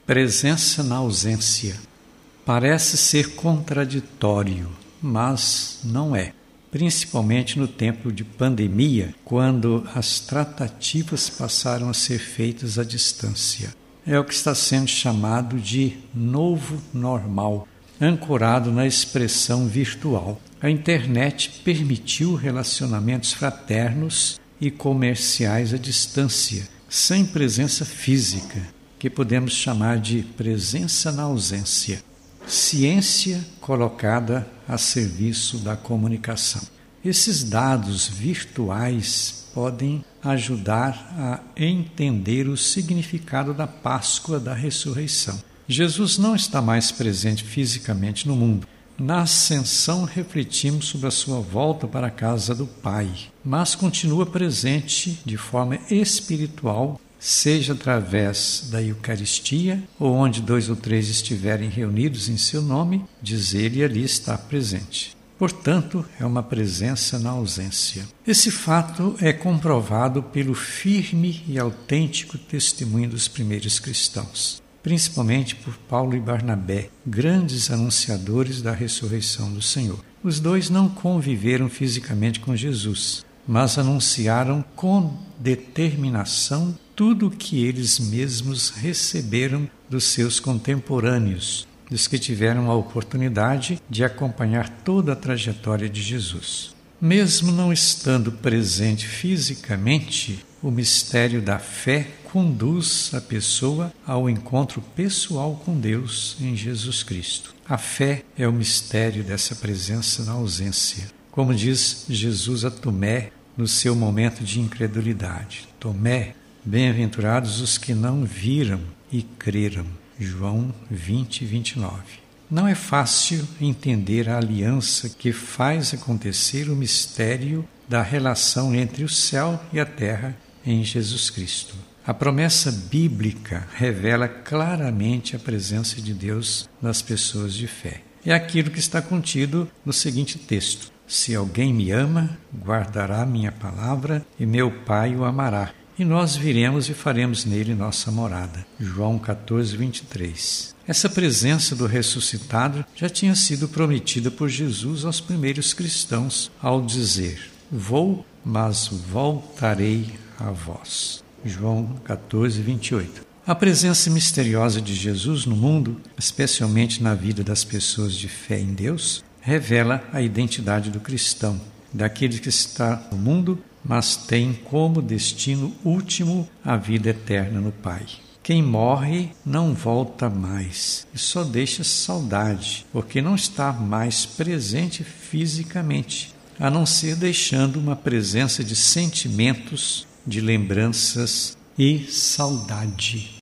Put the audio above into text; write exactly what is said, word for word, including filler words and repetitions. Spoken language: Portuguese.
Presença na ausência. Parece ser contraditório, mas não é. Principalmente no tempo de pandemia, quando as tratativas passaram a ser feitas à distância. É o que está sendo chamado de novo normal, ancorado na expressão virtual. A internet permitiu relacionamentos fraternos e comerciais à distância, sem presença física, que podemos chamar de presença na ausência. Ciência colocada a serviço da comunicação. Esses dados virtuais podem ajudar a entender o significado da Páscoa da ressurreição. Jesus não está mais presente fisicamente no mundo. Na ascensão refletimos sobre a sua volta para a casa do Pai, mas continua presente de forma espiritual, seja através da Eucaristia, ou onde dois ou três estiverem reunidos em seu nome, diz ele, ali está presente. Portanto, é uma presença na ausência. Esse fato é comprovado pelo firme e autêntico testemunho dos primeiros cristãos, principalmente por Paulo e Barnabé, grandes anunciadores da ressurreição do Senhor. Os dois não conviveram fisicamente com Jesus, mas anunciaram com determinação tudo o que eles mesmos receberam dos seus contemporâneos, dos que tiveram a oportunidade de acompanhar toda a trajetória de Jesus. Mesmo não estando presente fisicamente, o mistério da fé conduz a pessoa ao encontro pessoal com Deus em Jesus Cristo. A fé é o mistério dessa presença na ausência. Como diz Jesus a Tomé no seu momento de incredulidade: Tomé, bem-aventurados os que não viram e creram. João vinte, vinte e nove. Não é fácil entender a aliança que faz acontecer o mistério da relação entre o céu e a terra em Jesus Cristo. A promessa bíblica revela claramente a presença de Deus nas pessoas de fé. É aquilo que está contido no seguinte texto: se alguém me ama, guardará minha palavra, e meu Pai o amará, e nós viremos e faremos nele nossa morada. João catorze, vinte e três. Essa presença do ressuscitado já tinha sido prometida por Jesus aos primeiros cristãos ao dizer: vou, mas voltarei a vós. João catorze, vinte e oito. A presença misteriosa de Jesus no mundo, especialmente na vida das pessoas de fé em Deus, revela a identidade do cristão, daquele que está no mundo, mas tem como destino último a vida eterna no Pai. Quem morre não volta mais e só deixa saudade, porque não está mais presente fisicamente, a não ser deixando uma presença de sentimentos, de lembranças e saudade.